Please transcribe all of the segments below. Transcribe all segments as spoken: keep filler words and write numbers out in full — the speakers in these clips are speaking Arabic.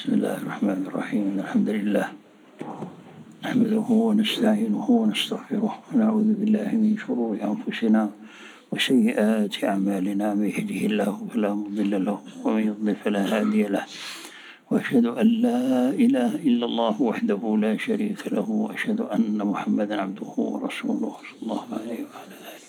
بسم الله الرحمن الرحيم. الحمد لله نحمده ونستعينه ونستغفره ونعوذ بالله من شرور أنفسنا وسيئات أعمالنا. من يهده الله فلا مضل له ومن يضلل فلا هادي له، وأشهد أن لا إله إلا الله وحده لا شريك له، وأشهد أن محمدا عبده ورسوله صلى الله عليه وعلى آله.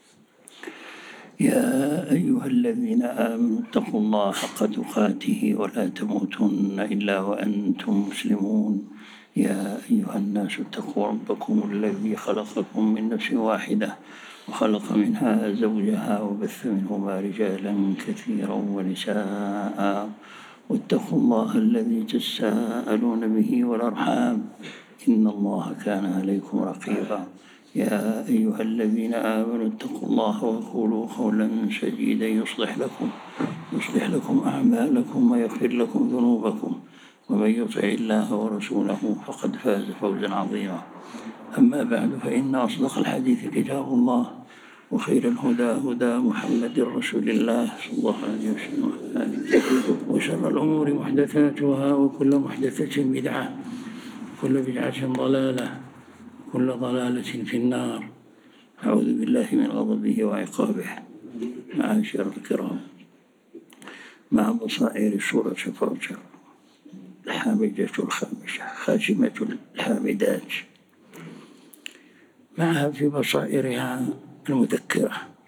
يا أيها الذين آمنوا اتقوا الله حق تقاته ولا تموتن إلا وأنتم مسلمون. يا أيها الناس اتقوا ربكم الذي خلقكم من نفس واحدة وخلق منها زوجها وبث منهما رجالا كثيرا ونساء، واتقوا الله الذي تساءلون به والأرحام إن الله كان عليكم رقيبا. يا أيها الذين آمنوا اتقوا الله وقولوا قولا سديدا يصلح لكم يصلح لكم أعمالكم ويغفر لكم ذنوبكم، ومن يطع الله ورسوله فقد فاز فوزا عظيما. أما بعد، فإن أصدق الحديث كتاب الله، وخير الهدى هدى محمد رسول الله صلى الله عليه وسلم، وشر الأمور محدثاتها، وكل محدثة بدعة، وكل بدعة ضلالة، وكل ضلالة في النار. أعوذ بالله من غضبه وعقابه. معاشر الكرام، مع بصائر سورة فاطر الحامدة الخامسة خاتمة الحامدات، معها في بصائرها المذكرة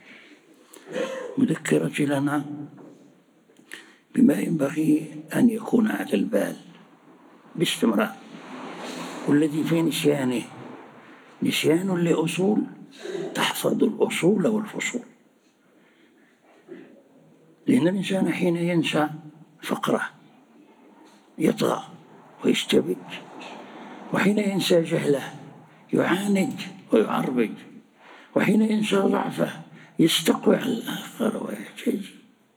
مذكرة لنا بما ينبغي أن يكون على البال باستمرار، والذي في نسيانه نسيان لأصول تحفظ الأصول والفصول. لأن الإنسان حين ينسى فقره يطغى ويستبد، وحين ينسى جهله يعاند ويعربد، وحين ينسى ضعفه يستقوي على الآخر ويعتدي.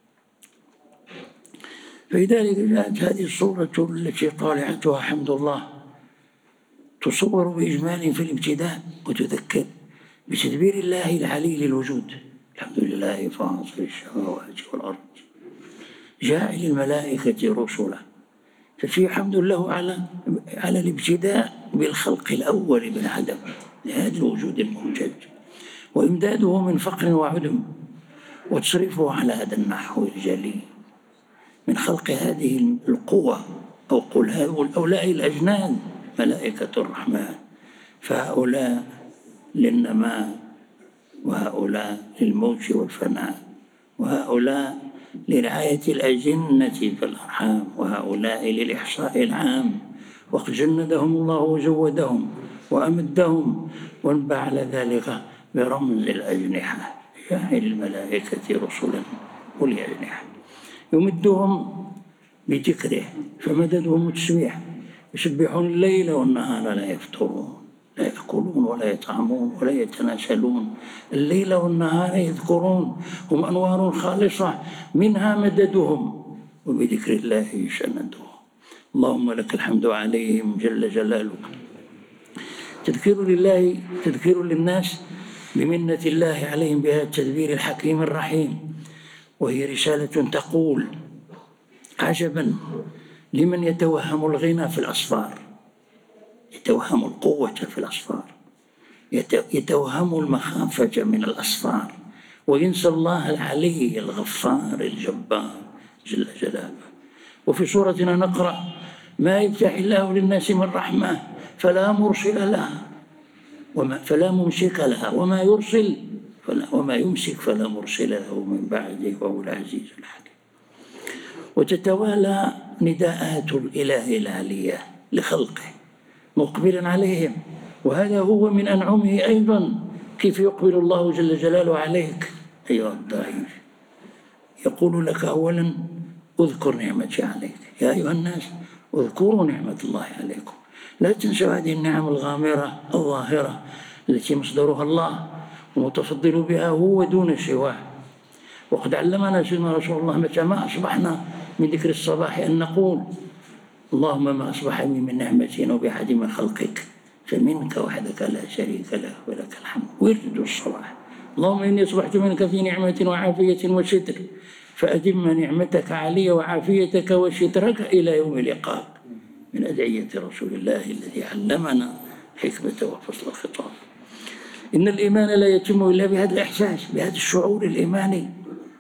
فلذلك جاءت هذه الصورة التي طالعتها حمد الله تصور بإجمال في الابتداء، وتذكر بتدبير الله العلي للوجود. الحمد لله فاطر السماوات والأرض جاعل الملائكة رسلا. ففي حمد له على على الابتداء بالخلق الأول من عدم لهذا الوجود الموجد، وإمداده من فقر وعدم، وتصريفه على هذا النحو الجلي من خلق هذه القوة، أو قل هؤلاء الأجناد ملائكة الرحمن، فهؤلاء للنماء، وهؤلاء للموت والفناء، وهؤلاء لرعاية الأجنة في الأرحام، وهؤلاء للإحصاء العام. وقد جندهم الله وزودهم وأمدهم، وانبع على ذلك برمز الأجنحة، جاعل الملائكة رسلا أولي أجنحة، يمدهم بذكره فمددهم التسبيح، يسبحون الليل والنهار لا يفترون، لا يأكلون ولا يطعمون ولا يتناسلون، الليل والنهار يذكرون، هم أنوار خالصة منها مددهم، وبذكر الله سندهم. اللهم لك الحمد عليهم جل جلالك. تذكير لله تذكير للناس بمنة الله عليهم بهذا التدبير الحكيم الرحيم، وهي رسالة تقول: عجبا لمن يتوهم الغنى في الأصفار، يتوهم القوة في الأصفار، يتوهم المخافة من الأصفار، وينسى الله العلي الغفار الجبار جل جلاله. وفي سورتنا نقرأ: ما يفتح الله للناس من رحمة فلا مرسل لها وما فلا ممسك لها، وما يرسل فلا وما يمسك فلا مرسل له من بعده، وهو العزيز الحكيم. وتتوالى نداءات الإله العلية لخلقه مقبلا عليهم، وهذا هو من أنعمه أيضا. كيف يقبل الله جل جلاله عليك أيها الضعيف؟ يقول لك أولا: اذكر نعمتي عليك. يا أيها الناس اذكروا نعمة الله عليكم، لا تنسوا هذه النعم الغامرة الظاهرة التي مصدرها الله، ومتفضل بها هو دون سواه. وقد علمنا سيدنا رسول الله متى ما أصبحنا من ذكر الصباح أن نقول: اللهم ما أصبح بي من نعمة وبأحد من خلقك فمنك وحدك لا شريك له ولك الحمد. ورد الصباح: اللهم إني أصبحت منك في نعمة وعافية وستر، فأدم نعمتك علي وعافيتك وسترك إلى يوم لقاك، من أدعية رسول الله الذي علمنا حكمة وفصل الخطاب. إن الإيمان لا يتم إلا بهذا الإحساس، بهذا الشعور الإيماني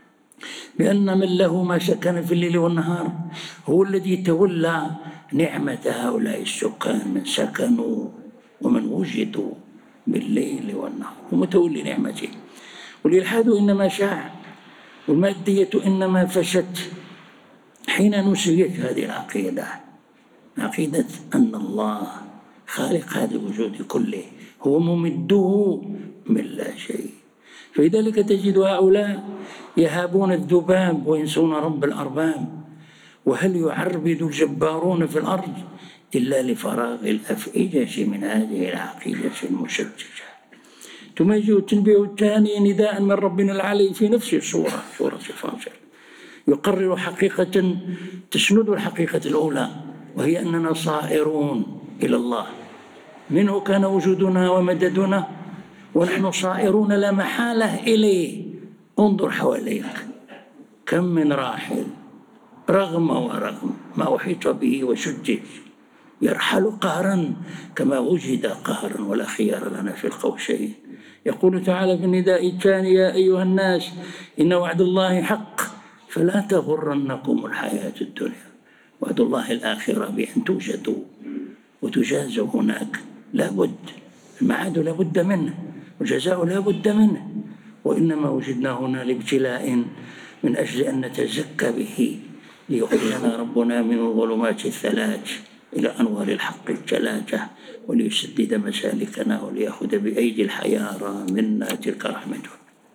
بأن من له ما سكن في الليل والنهار هو الذي تولى نعمة هؤلاء السكان، من سكنوا ومن وجدوا بالليل والنهار، هو متولي نعمته. والإلحاد إنما شاع، والمادية إنما فشت حين نسيت هذه العقيدة، عقيدة أن الله خالق هذا الوجود كله، هو ممده من لا شيء. فلذلك تجد هؤلاء يهابون الذباب وينسون رب الأرباب. وهل يعربد الجبارون في الأرض إلا لفراغ الأفئدة من هذه العقيدة المشججة؟ ثم يجي التنبيه الثاني نداء من ربنا العلي في نفس السورة، سورة فاطر، يقرر حقيقة تسند الحقيقة الأولى، وهي أننا صائرون إلى الله، منه كان وجودنا ومددنا، ونحن صائرون لا محالة إليه. انظر حواليك، كم من راحل رغم ورغم ما أحيط به وشجج يرحل قهرا كما وجد قهرا، ولا خيار لنا في القوشين. يقول تعالى في النداء الثاني: يا أيها الناس إن وعد الله حق فلا تغرنكم الحياة الدنيا. وعد الله الآخرة بأن توجدوا وتجازوا هناك، لا بد، المعاد لا بد منه، والجزاء لا بد منه، وإنما وجدنا هنا لابتلاء من أجل أن نتزكى به، ليخرجنا ربنا من الظلمات الثلاث إلى أنوار الحق الثلاثة، وليسدد مسالكنا، وليأخذ بأيدي الحيارى منا تلك رحمته.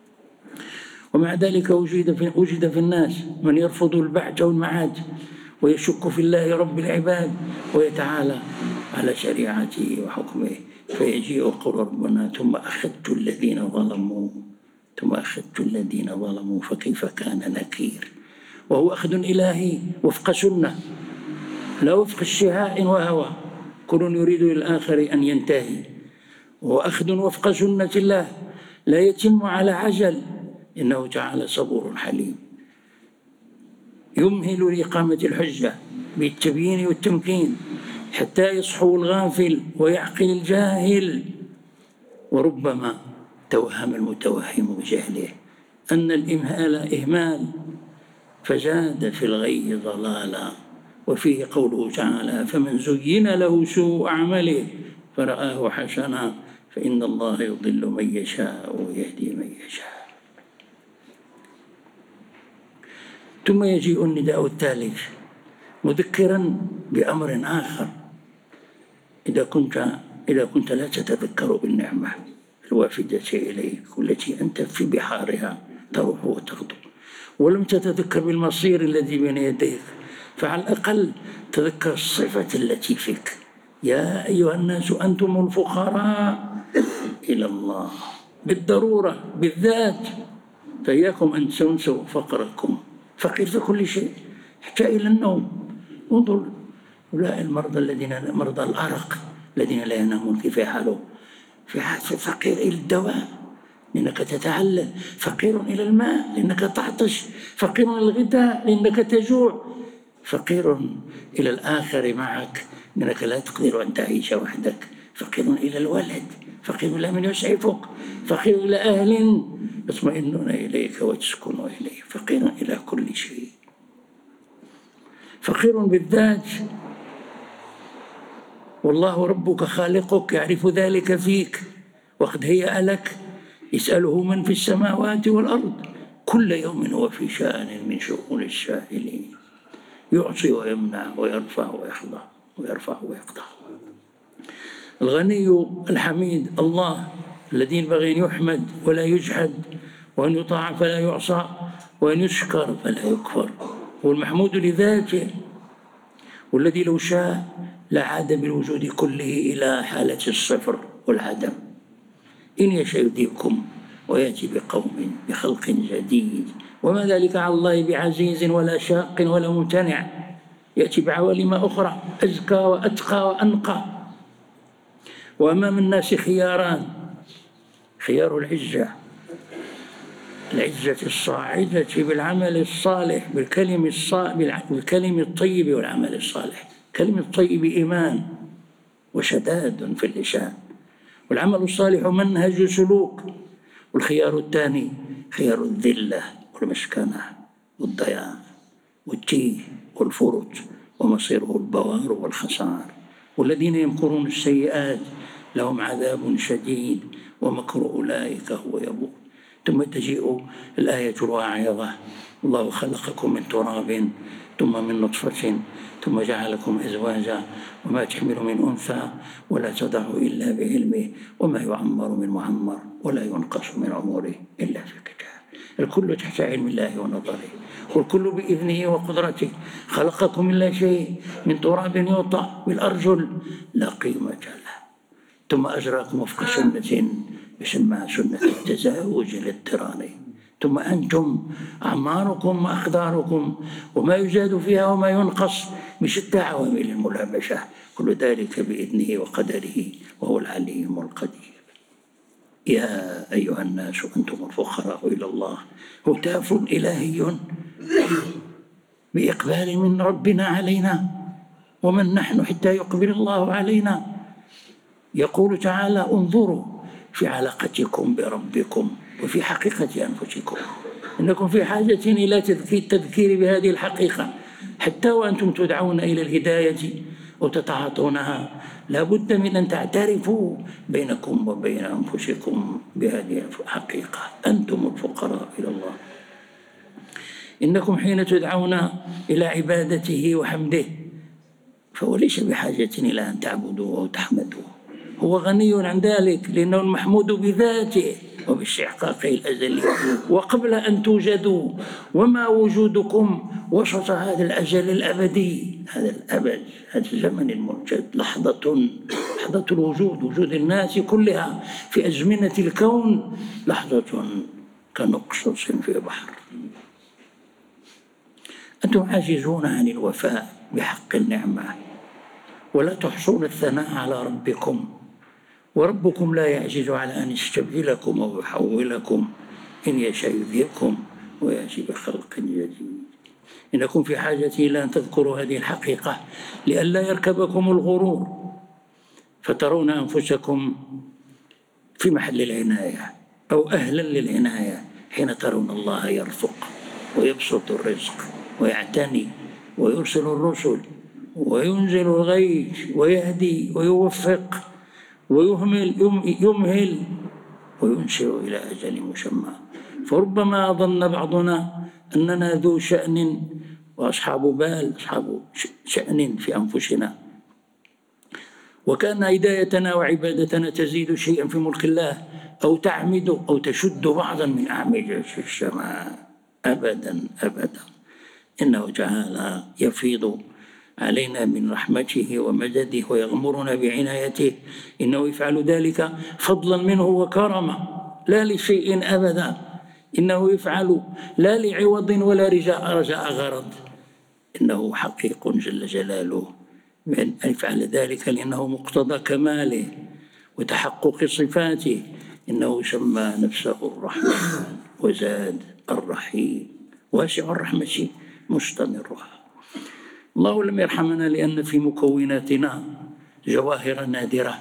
ومع ذلك وجد في, وجد في الناس من يرفض البعث والمعاد، ويشك في الله رب العباد، ويتعالى على شريعته وحكمه. فيجيء قول ربنا: ثم أخذت الذين ظلموا ثم أخذت الذين ظلموا فكيف كان نكير. وهو أخذ إلهي وفق سنة، لا وفق اشتهاء وهوى، كل يريد للآخر أن ينتهي. وهو أخذ وفق سنة الله لا يتم على عجل، إنه تعالى صبور حليم، يمهل لإقامة الحجة بالتبيين والتمكين حتى يصحو الغافل ويعقل الجاهل. وربما توهم المتوهم بجهله أن الإمهال إهمال فزاد في الغي ضلالا. وفيه قوله تعالى: فمن زين له سوء عمله فرآه حسنا فإن الله يضل من يشاء ويهدي من يشاء. ثم يجيء النداء الثالث مذكرا بأمر آخر: إذا كنت إذا كنت لا تتذكر بالنعمة الوافدة إليك والتي أنت في بحارها تروح وتغدو، ولم تتذكر بالمصير الذي بين يديك، فعلى الأقل تذكر الصفة التي فيك. يا أيها الناس أنتم الفقراء إلى الله بالضرورة بالذات، فإياكم أن تنسوا فقركم. فقير في كل شيء حتى إلى النوم. انظر أولئك المرضى الذين مرضى الأرق الذين لا ينامون كيف حالهم. في فقير إلى الدواء لأنك تتعلل، فقير إلى الماء لأنك تعطش، فقير إلى الغذاء لأنك تجوع، فقير إلى الآخر معك لأنك لا تقدر أن تعيش وحدك، فقير إلى الولد، فقير إلى من يسعفك، فقير إلى أهل يطمئنون إليك وتسكن إليه، فقير إلى كل شيء. فقير بالذات، والله ربك خالقك يعرف ذلك فيك، وقد هيأ لك. يسأله من في السماوات والأرض كل يوم هو في شأن من شؤون السائلين، يعطي ويمنع ويرفع ويخضع ويرفع ويخضع. الغني الحميد الله الذي ينبغي أن يحمد ولا يجحد، وأن يطاع فلا يعصى، وأن يشكر فلا يكفر. هو المحمود لذاته، والذي لو شاء لعاد بالوجود كله إلى حالة الصفر والعدم. إن يشاء يذهبكم ويأتي بقوم بخلق جديد، وما ذلك على الله بعزيز ولا شاق ولا ممتنع. يأتي بعوالم أخرى أزكى وأتقى وأنقى. وأمام الناس خياران: خيار العزة العزة الصاعدة بالعمل الصالح، بالكلم بالكلم الطيب والعمل الصالح. الكلم الطيب إيمان وشداد في اللسان، والعمل الصالح منهج سلوك. والخيار الثاني خيار الذلة والمسكنة والضياع والتيه والفرط، ومصيره البوار والخسار. والذين يمكرون السيئات لهم عذاب شديد ومكر أولئك هو يبور. ثم تجيء الآية الواعظة: الله خلقكم من تراب ثم من نطفة ثم جعلكم أزواجا وما تحمل من أنثى ولا تضع إلا بعلمه وما يعمر من معمر ولا ينقص من عمره إلا في كتاب. الكل تحت علم الله ونظره، والكل بإذنه وقدرته. خلقكم من لا شيء، من تراب يوطأ بالأرجل لا قيمة له، ثم أجراكم وفق سنة يسمى سنة التزاوج الاضطراري. ثم أنتم أعماركم وأقداركم وما يزاد فيها وما ينقص بشتى عوامل الملامسة، كل ذلك بإذنه وقدره وهو العليم القدير. يا أيها الناس أنتم الفقراء إلى الله، هتاف إلهي بإقبال من ربنا علينا. ومن نحن حتى يقبل الله علينا؟ يقول تعالى: انظروا في علاقتكم بربكم وفي حقيقة أنفسكم، إنكم في حاجة إلى التذكير بهذه الحقيقة. حتى وأنتم تدعون إلى الهداية وتتعاطونها لا بد من أن تعترفوا بينكم وبين أنفسكم بهذه الحقيقة: أنتم الفقراء إلى الله. إنكم حين تدعون إلى عبادته وحمده فهو ليس بحاجة إلى أن تعبدوه أو تحمدوه، هو غني عن ذلك، لأنه المحمود بذاته وباستحقاقه الأزلي وقبل أن توجدوا. وما وجودكم وسط هذا الأجل الأبدي، هذا الأبد، هذا الزمن الموجد، لحظة لحظة الوجود، وجود الناس كلها في أزمنة الكون، لحظة كنقصص في بحر. أنتم عاجزون عن الوفاء بحق النعمة ولا تحصون الثناء على ربكم، وربكم لا يعجز على أن يستبدلكم أو يحولكم، إن يشاء يذهبكم ويأتي بخلق جديد. إنكم في حاجة إلى أن تذكروا هذه الحقيقة لئلا يركبكم الغرور فترون أنفسكم في محل العناية أو أهلا للعناية، حين ترون الله يرفق ويبسط الرزق ويعتني ويرسل الرسل وينزل الغيث ويهدي ويوفق ويهمل يمهل وينشر إلى أجل مسمى. فربما ظن بعضنا أننا ذو شأن وأصحاب بال، أصحاب شأن في أنفسنا، وكان هدايتنا وعبادتنا تزيد شيئا في ملك الله أو تعمد أو تشد بعضا من أعمدة السماء. أبدا أبدا، إنه تعالى يفيض علينا من رحمته ومدده ويغمرنا بعنايته. إنه يفعل ذلك فضلا منه وكرما لا لشيء أبدا، إنه يفعل لا لعوض ولا رجاء رجاء غرض. إنه حقيق جل جلاله بأن يفعل ذلك لأنه مقتضى كماله وتحقق صفاته. إنه سمى نفسه الرحمن وزاد الرحيم، واسع الرحمة مستمرها. الله لم يرحمنا لأن في مكوناتنا جواهر نادرة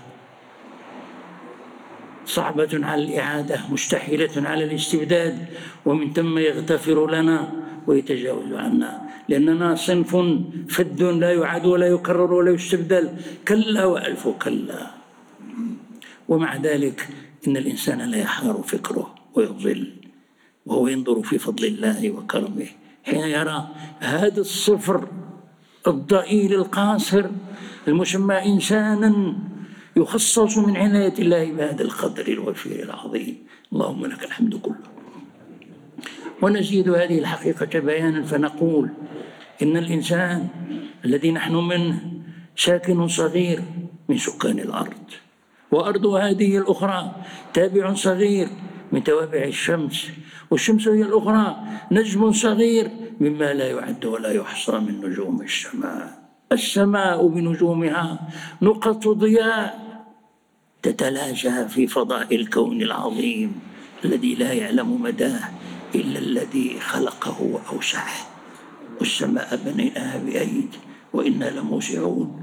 صعبة على الإعادة، مستحيلة على الاستبداد، ومن ثم يغتفر لنا ويتجاوز عنا، لأننا صنف فد لا يعاد ولا يكرر ولا يستبدل، كلا وألف كلا. ومع ذلك إن الإنسان لا يحار فكره ويضل وهو ينظر في فضل الله وكرمه حين يرى هذا الصفر الضئيل القاصر المسمى إنسانا يخصص من عناية الله بهذا القدر الوفير العظيم. اللهم لك الحمد كله. ونزيد هذه الحقيقة بيانا فنقول إن الإنسان الذي نحن منه ساكن صغير من سكان الأرض، وأرض هذه الأخرى تابع صغير من توابع الشمس، والشمس هي الأخرى نجم صغير مما لا يعد ولا يحصى من نجوم السماء. السماء بنجومها نقط ضياء تتلاشى في فضاء الكون العظيم الذي لا يعلم مداه إلا الذي خلقه وأوسعه، والسماء بنيناها بأيد وإنا لموسعون،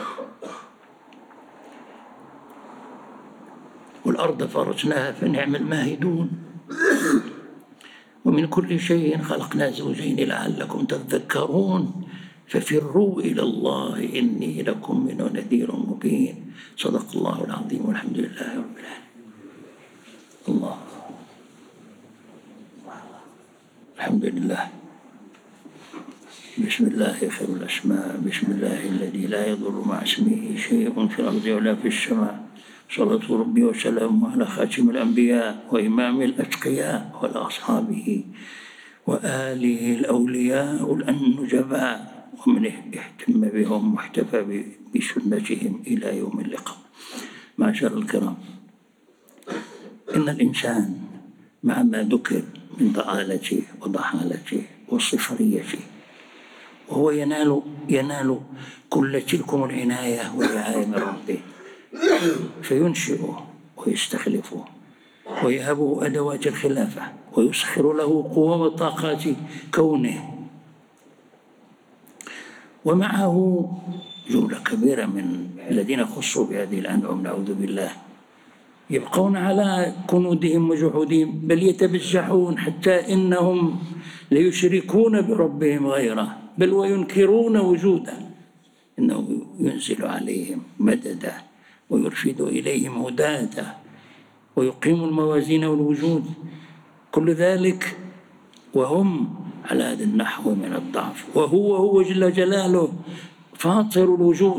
والأرض فرشناها فنعم الماهدون، ومن كل شيء خلقنا زوجين لعلكم تذكرون، ففروا إلى الله إني لكم منه نذير مبين. صدق الله العظيم والحمد لله رب العالمين. الله الحمد لله. بسم الله خير الأسماء، بسم الله الذي لا يضر مع اسمه شيء في الأرض ولا في السماء. صلاة ربي وسلامه على خاتم الأنبياء وإمام الأتقياء وعلى أصحابه وآله الأولياء النجباء ومن اهتم بهم واحتفى بسنتهم إلى يوم اللقاء. معاشر الكرام، إن الإنسان مع ما ذكر من ضلالته وضحالته وصفريته وهو ينال ينال كل تلكم العناية والرعاية من ربه، فينشئه ويستخلفه ويهبه أدوات الخلافة ويسخر له قوة وطاقات كونه، ومعه جملة كبيرة من الذين خصوا بهذه الأنعم نعوذ بالله يبقون على كنودهم وجحودهم، بل يتبجحون حتى إنهم ليشركون بربهم غيره، بل وينكرون وجوده، إنه ينزل عليهم مددا ويرشد إليهم هدادا ويقيم الموازين والوجود، كل ذلك وهم على هذا النحو من الضعف، وهو هو جل جلاله فاطر الوجود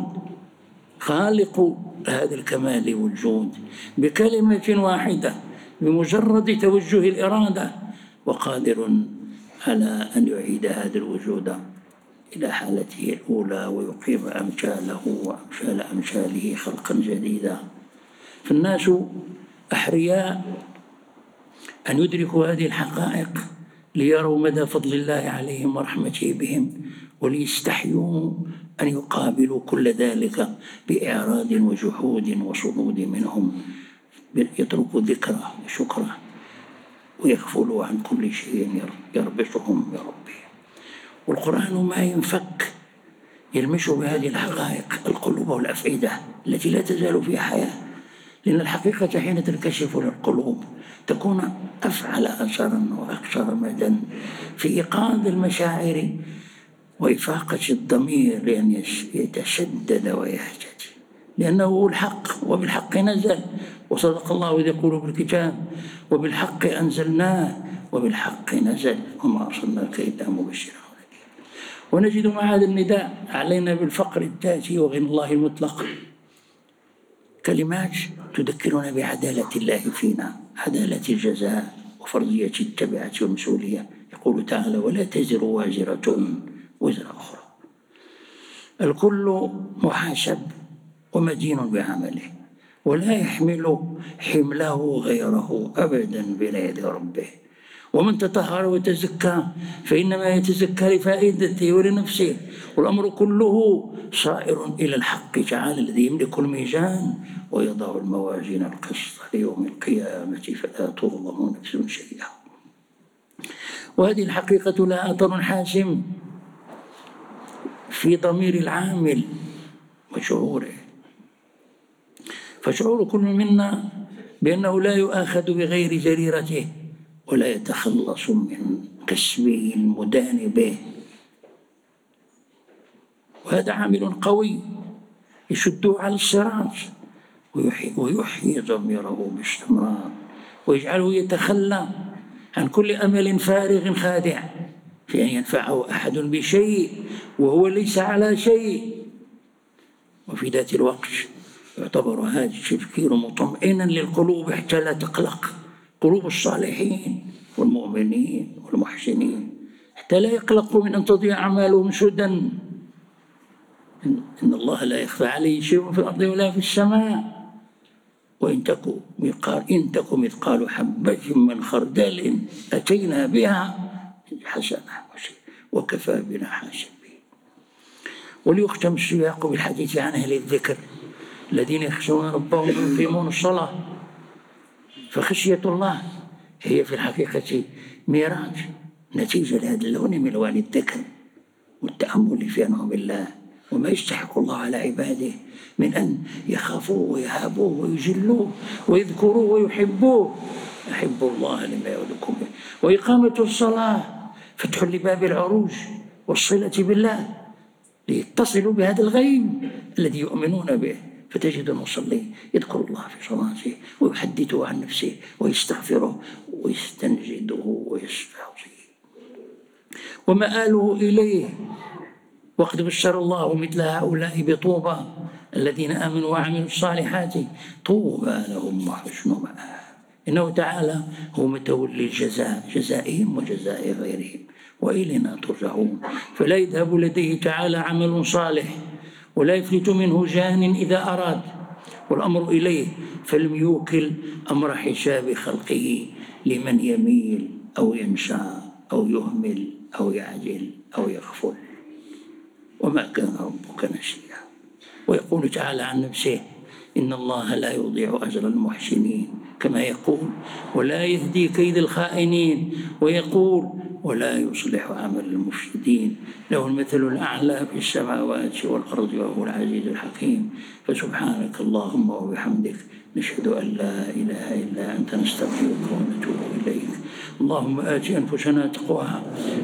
خالق هذا الكمال والجود بكلمة واحدة بمجرد توجه الإرادة، وقادر على أن يعيد هذا الوجود إلى حالته الأولى ويقيم أمثاله وأمثال أمثاله خلقا جديدا. فالناس أحرياء أن يدركوا هذه الحقائق ليروا مدى فضل الله عليهم ورحمته بهم، وليستحيوا أن يقابلوا كل ذلك بإعراض وجحود وصمود منهم، يتركوا ذكره وشكره ويغفلوا عن كل شيء يربطهم بربهم. والقرآن ما ينفك يلمس بهذه الحقائق القلوب والأفئدة التي لا تزال فيها حياة، لأن الحقيقة حين تنكشف للقلوب تكون أفعل أثرا وأكثر مدى في إيقاظ المشاعر وإفاقة الضمير لأن يتشدد ويهتدي، لأنه هو الحق وبالحق نزل، وصدق الله إذ يقول بالكتاب وبالحق أنزلناه وبالحق نزل وما أرسلناك إلا مبشرا ونذيرا. ونجد مع هذا النداء علينا بالفقر التاتي وغنى الله المطلق كلمات تذكرنا بعدالة الله فينا، عدالة الجزاء وفرضية التبعة والمسؤولية. يقول تعالى ولا تزر وازرة وزر أخرى، الكل محاسب ومدين بعمله، ولا يحمل حمله غيره أبدا بين يدي ربه. ومن تطهر وتزكى فإنما يتزكى لفائدته ولنفسه، والأمر كله صائر إلى الحق تعالى الذي يملك الميزان ويضع الموازين القسط ليوم القيامة فلا تظلم نفس شيئا. وهذه الحقيقة لها أثر حاسم في ضمير العامل وشعوره، فشعور كل منا بأنه لا يؤاخذ بغير جريرته ولا يتخلص من كسبه المدان به، وهذا عامل قوي يشده على الصراط ويحيي, ويحيي ضميره باستمرار ويجعله يتخلى عن كل أمل فارغ خادع في أن ينفعه أحد بشيء وهو ليس على شيء. وفي ذات الوقت يعتبر هذا التفكير مطمئنا للقلوب حتى لا تقلق قلوب الصالحين والمؤمنين والمحسنين، حتى لا يقلقوا من أن تضيع أعمالهم سدى. إن الله لا يخفى عليه شيء في الأرض ولا في السماء، وإن تكن مثقال إن تكن مثقال حبة من خردل أتينا بها حسنة وكفى بنا حاسبين. وليختم السياق بالحديث عن أهل الذكر الذين يخشون ربهم ويقيمون الصلاة، فخشية الله هي في الحقيقة ميراج نتيجة لهذا اللون من ألوان الذكر والتأمل في أنعم الله وما يستحق الله على عباده من أن يخافوه ويهابوه ويجلوه ويذكروه ويحبوه. أحبوا الله لما يعودكم به. وإقامة الصلاة فتح لباب العروج والصلة بالله ليتصلوا بهذا الغيب الذي يؤمنون به، فتجد المصلي يذكر الله في صلاته ويحدثه عن نفسه ويستغفره ويستنجده ويستعصيه ومآله إليه. وقد بشر الله مثل هؤلاء بطوبى الذين آمنوا وعملوا الصالحات طوبى لهم وحسن مآب. إنه تعالى هو متولي الجزاء، جزائهم وجزاء غيرهم، وإلينا ترجعون. فلا يذهب لديه تعالى عمل صالح ولا يفلت منه جان إذا أراد، والأمر إليه، فلم يوكل أمر حساب خلقه لمن يميل أو ينسى أو يهمل أو يعجل أو يغفل، وما كان ربك نسيا. ويقول تعالى عن نفسه: إن الله لا يضيع أجر المحسنين، كما يقول: ولا يهدي كيد الخائنين، ويقول: ولا يصلح عمل المفسدين، له المثل الأعلى في السماوات والأرض وهو العزيز الحكيم. فسبحانك اللهم وبحمدك، نشهد أن لا إله إلا أنت، نستغفرك ونتوب إليك. اللهم آت أنفسنا تقواها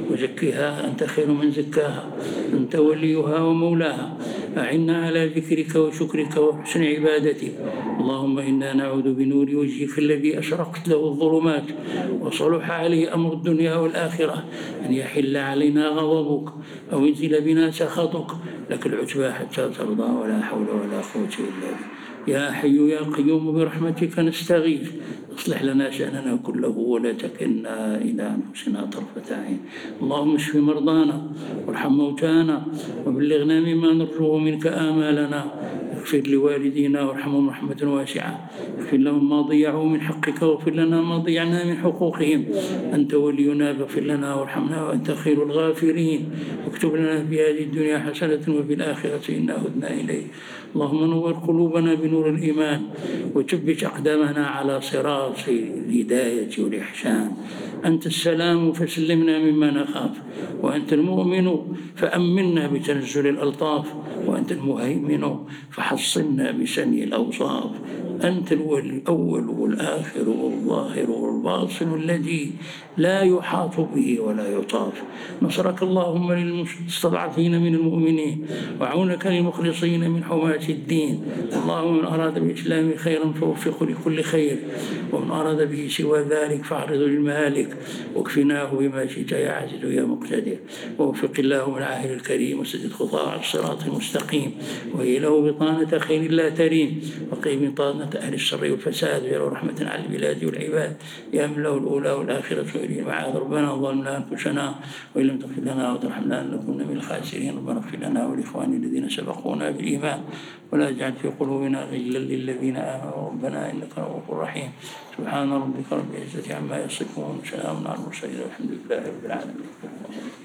وزكها أنت خير من زكاها، أنت وليها ومولاها. أعنا على ذكرك وشكرك وحسن عبادتك. اللهم إنا نعوذ بنور وجهك الذي أشرقت له الظلمات وصلح عليه أمر الدنيا والآخرة أن يحل علينا غضبك أو ينزل بنا سخطك، لك العتبى حتى ترضى، ولا حول ولا قوة إلا بك. يا حي يا قيوم برحمتك نستغيث، اصلح لنا شأننا كله ولا تكلنا إلى أنفسنا طرفة عين. اللهم اشف مرضانا وارحم موتانا وبلغنا مما نرجوه منك آمالنا. اغفر لوالدينا وارحمهم رحمة واسعة، اغفر لهم ما ضيعوا من حقك واغفر لنا ما ضيعنا من حقوقهم. أنت ولينا فاغفر لنا وارحمنا وأنت خير الغافرين. واكتب لنا في هذه الدنيا حسنة وفي الآخرة إنا هدنا إليك. اللهم نور قلوبنا بنور الإيمان وثبت أقدامنا على صراط الهداية والإحسان. أنت السلام فسلمنا مما نخاف، وأنت المؤمن فأمنا بتنزل الألطاف، وأنت المهيمن فحصنا بسني الأوصاف. أنت الأول والآخر والظاهر والباطن الذي لا يحاط به ولا يطاف. نصرك اللهم للمستضعفين من المؤمنين، وعونك للمخلصين من حماة الدين. اللهم من أراد بالإسلام خيرا فوفقه لكل خير، ومن أراد به سوى ذلك فاعرض للمهالك، واكفناه بما شئت يا عزيز يا مقتدر. ووفق اللهم العاهل الكريم وسدد خطاه على الصراط المستقيم، وهي له بطانة خير لا تريم، وقي بطانة أهل الشر والفساد، ويرى رحمة على البلاد والعباد، يا من له الأولى والآخرة وإليه معاذ. ربنا ظلمنا أنفسنا وإن لم تغفر لنا وترحمنا لنكن من الخاسرين. ربنا اغفر لنا ولإخواننا الذين سبقونا بالإيمان، ولا تجعل في قلوبنا غلا للذين آمنوا ربنا إنك رؤوف رحيم. سبحان ربك رب العزة عما يصفون، وسلام على المرسلين، والحمد لله رب العالمين.